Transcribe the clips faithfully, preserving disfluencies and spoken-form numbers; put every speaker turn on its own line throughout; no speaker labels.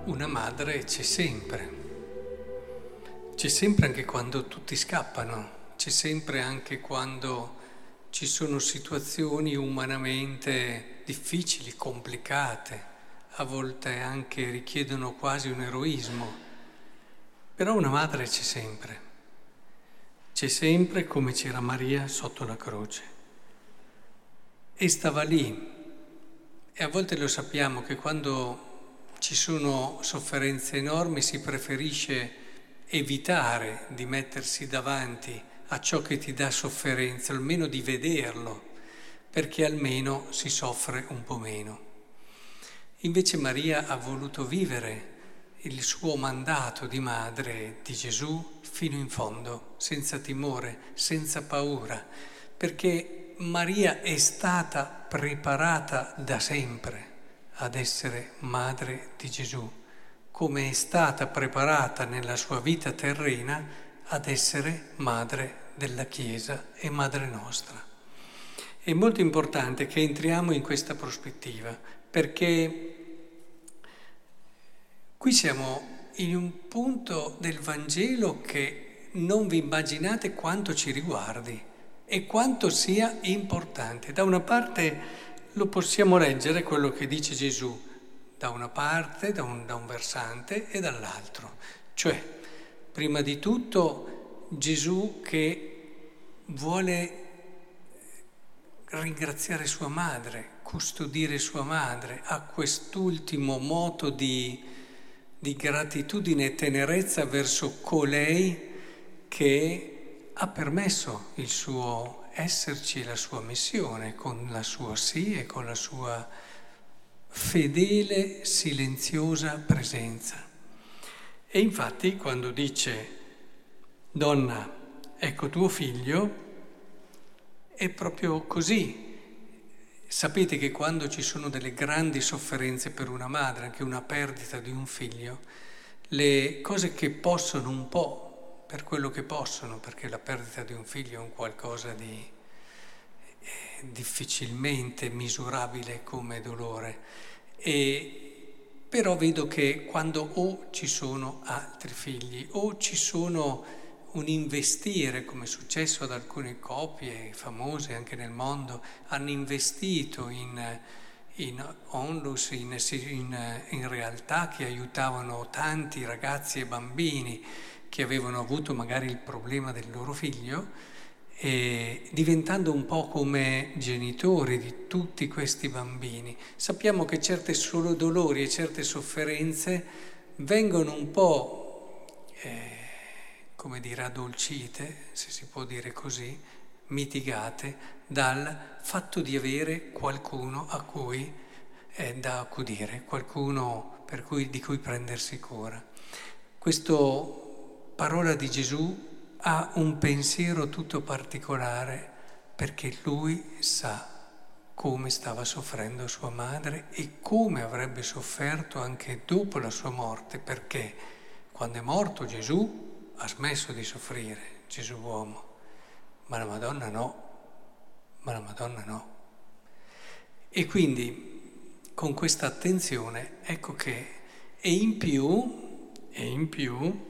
Una madre c'è sempre, c'è sempre anche quando tutti scappano, c'è sempre anche quando ci sono situazioni umanamente difficili, complicate, a volte anche richiedono quasi un eroismo, però una madre c'è sempre, c'è sempre come c'era Maria sotto la croce e stava lì. E a volte lo sappiamo che quando ci sono sofferenze enormi si preferisce evitare di mettersi davanti a ciò che ti dà sofferenza, almeno di vederlo, perché almeno si soffre un po' meno. Invece Maria ha voluto vivere il suo mandato di madre di Gesù fino in fondo, senza timore, senza paura, perché Maria è stata preparata da sempre ad essere madre di Gesù, come è stata preparata nella sua vita terrena ad essere madre della Chiesa e madre nostra. È molto importante che entriamo in questa prospettiva, perché qui siamo in un punto del Vangelo che non vi immaginate quanto ci riguardi e quanto sia importante. Da una parte lo possiamo leggere quello che dice Gesù, da una parte, da un, da un versante e dall'altro. Cioè, prima di tutto, Gesù che vuole ringraziare sua madre, custodire sua madre, ha quest'ultimo moto di, di gratitudine e tenerezza verso colei che ha permesso il suo esserci, la sua missione, con la sua sì e con la sua fedele, silenziosa presenza. E infatti quando dice donna, ecco tuo figlio, è proprio così. Sapete che quando ci sono delle grandi sofferenze per una madre, anche una perdita di un figlio, le cose che possono un po', per quello che possono, perché la perdita di un figlio è un qualcosa di eh, difficilmente misurabile come dolore, e, però vedo che quando o ci sono altri figli o ci sono un investire, come è successo ad alcune coppie famose anche nel mondo, hanno investito in, in onlus, in, in, in realtà che aiutavano tanti ragazzi e bambini che avevano avuto magari il problema del loro figlio, e diventando un po' come genitori di tutti questi bambini. Sappiamo che certe solo dolori e certe sofferenze vengono un po', eh, come dire, addolcite, se si può dire così, mitigate dal fatto di avere qualcuno a cui è da accudire, qualcuno per cui, di cui prendersi cura. Questo parola di Gesù ha un pensiero tutto particolare, perché lui sa come stava soffrendo sua madre e come avrebbe sofferto anche dopo la sua morte, perché quando è morto Gesù ha smesso di soffrire, Gesù uomo, ma la Madonna no, ma la Madonna no. E quindi con questa attenzione ecco che e in più, e in più,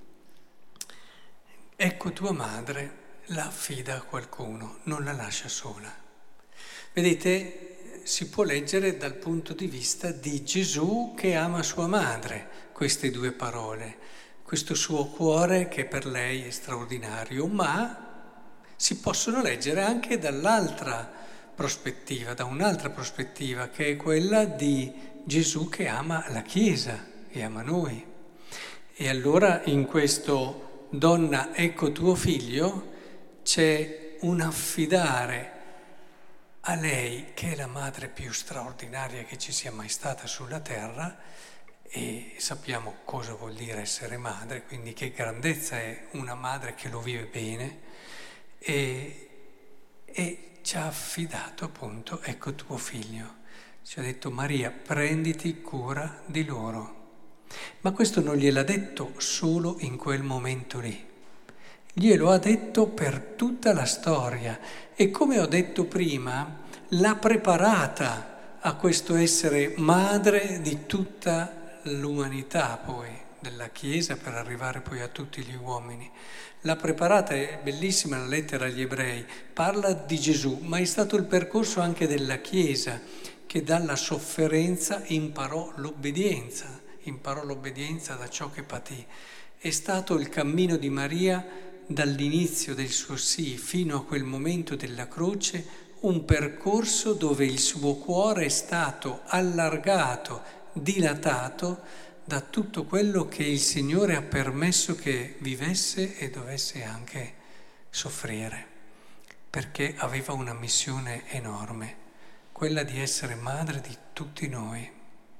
ecco tua madre la affida a qualcuno, non la lascia sola. Vedete, si può leggere dal punto di vista di Gesù che ama sua madre queste due parole, questo suo cuore che per lei è straordinario, ma si possono leggere anche dall'altra prospettiva, da un'altra prospettiva, che è quella di Gesù che ama la Chiesa e ama noi. E allora in questo donna, ecco tuo figlio, c'è un affidare a lei, che è la madre più straordinaria che ci sia mai stata sulla terra, e sappiamo cosa vuol dire essere madre, quindi che grandezza è una madre che lo vive bene, e, e ci ha affidato appunto, ecco tuo figlio. Ci ha detto Maria, prenditi cura di loro. Ma questo non gliel'ha detto solo in quel momento lì, glielo ha detto per tutta la storia e, come ho detto prima, l'ha preparata a questo essere madre di tutta l'umanità poi della Chiesa per arrivare poi a tutti gli uomini. L'ha preparata, è bellissima la lettera agli ebrei, parla di Gesù, ma è stato il percorso anche della Chiesa che dalla sofferenza imparò l'obbedienza, imparò l'obbedienza da ciò che patì. È stato il cammino di Maria dall'inizio del suo sì fino a quel momento della croce, un percorso dove il suo cuore è stato allargato, dilatato da tutto quello che il Signore ha permesso che vivesse e dovesse anche soffrire, perché aveva una missione enorme, quella di essere madre di tutti noi.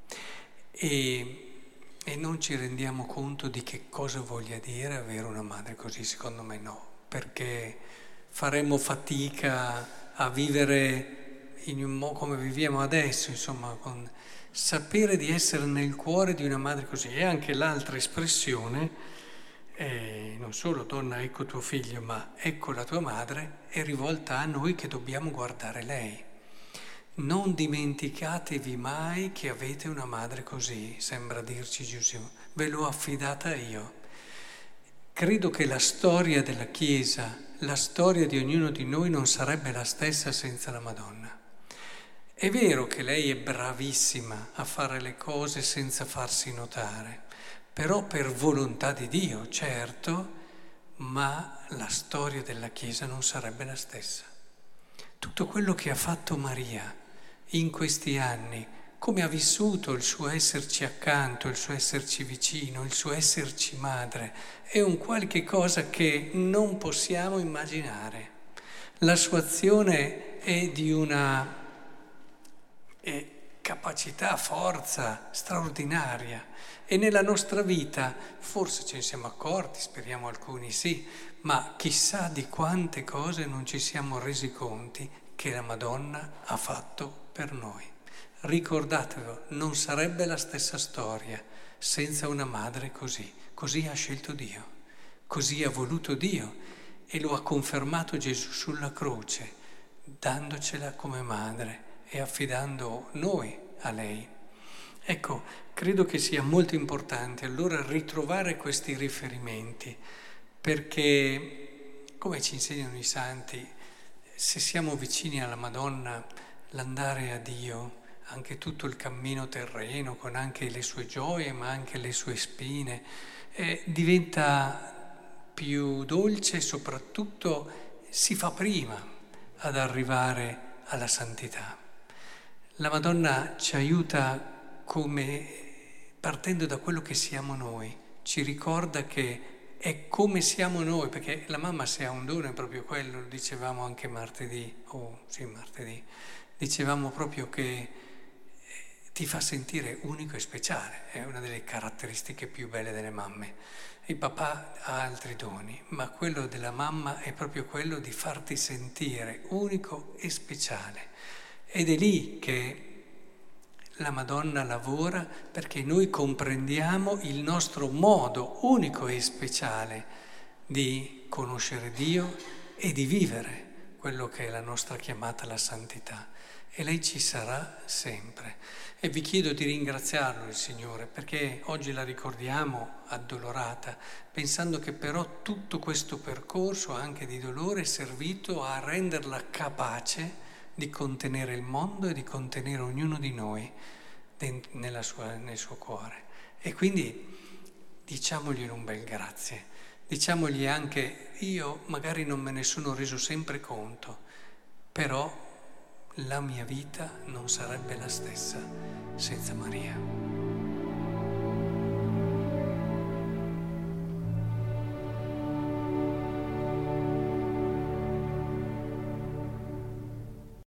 E, e non ci rendiamo conto di che cosa voglia dire avere una madre così, secondo me no, perché faremmo fatica a vivere in un modo come viviamo adesso, insomma, con sapere di essere nel cuore di una madre così. E anche l'altra espressione, eh, non solo donna ecco tuo figlio, ma ecco la tua madre, è rivolta a noi che dobbiamo guardare lei. Non dimenticatevi mai che avete una madre così, sembra dirci Gesù, ve l'ho affidata io. Credo che la storia della Chiesa, la storia di ognuno di noi non sarebbe la stessa senza la Madonna. È vero che lei è bravissima a fare le cose senza farsi notare, però per volontà di Dio, certo, ma la storia della Chiesa non sarebbe la stessa. Tutto quello che ha fatto Maria in questi anni, come ha vissuto il suo esserci accanto, il suo esserci vicino, il suo esserci madre, è un qualche cosa che non possiamo immaginare. La sua azione è di una è capacità, forza straordinaria. E nella nostra vita forse ce ne siamo accorti, speriamo alcuni sì, ma chissà di quante cose non ci siamo resi conti che la Madonna ha fatto per noi. Ricordatevelo, non sarebbe la stessa storia senza una madre così. Così ha scelto Dio, così ha voluto Dio e lo ha confermato Gesù sulla croce, dandocela come madre e affidando noi a lei. Ecco, credo che sia molto importante allora ritrovare questi riferimenti, perché, come ci insegnano i santi, se siamo vicini alla Madonna, l'andare a Dio, anche tutto il cammino terreno, con anche le sue gioie, ma anche le sue spine, eh, diventa più dolce e soprattutto si fa prima ad arrivare alla santità. La Madonna ci aiuta come partendo da quello che siamo noi, ci ricorda che è come siamo noi, perché la mamma se ha un dono è proprio quello, lo dicevamo anche martedì, o oh, sì martedì, dicevamo proprio che ti fa sentire unico e speciale, è una delle caratteristiche più belle delle mamme. Il papà ha altri doni, ma quello della mamma è proprio quello di farti sentire unico e speciale. Ed è lì che la Madonna lavora perché noi comprendiamo il nostro modo unico e speciale di conoscere Dio e di vivere quello che è la nostra chiamata alla santità. E lei ci sarà sempre. E vi chiedo di ringraziarlo il Signore, perché oggi la ricordiamo addolorata, pensando che però tutto questo percorso anche di dolore è servito a renderla capace di contenere il mondo e di contenere ognuno di noi nella sua, nel suo cuore. E quindi diciamogli un bel grazie, diciamogli anche io magari non me ne sono reso sempre conto, però la mia vita non sarebbe la stessa senza Maria.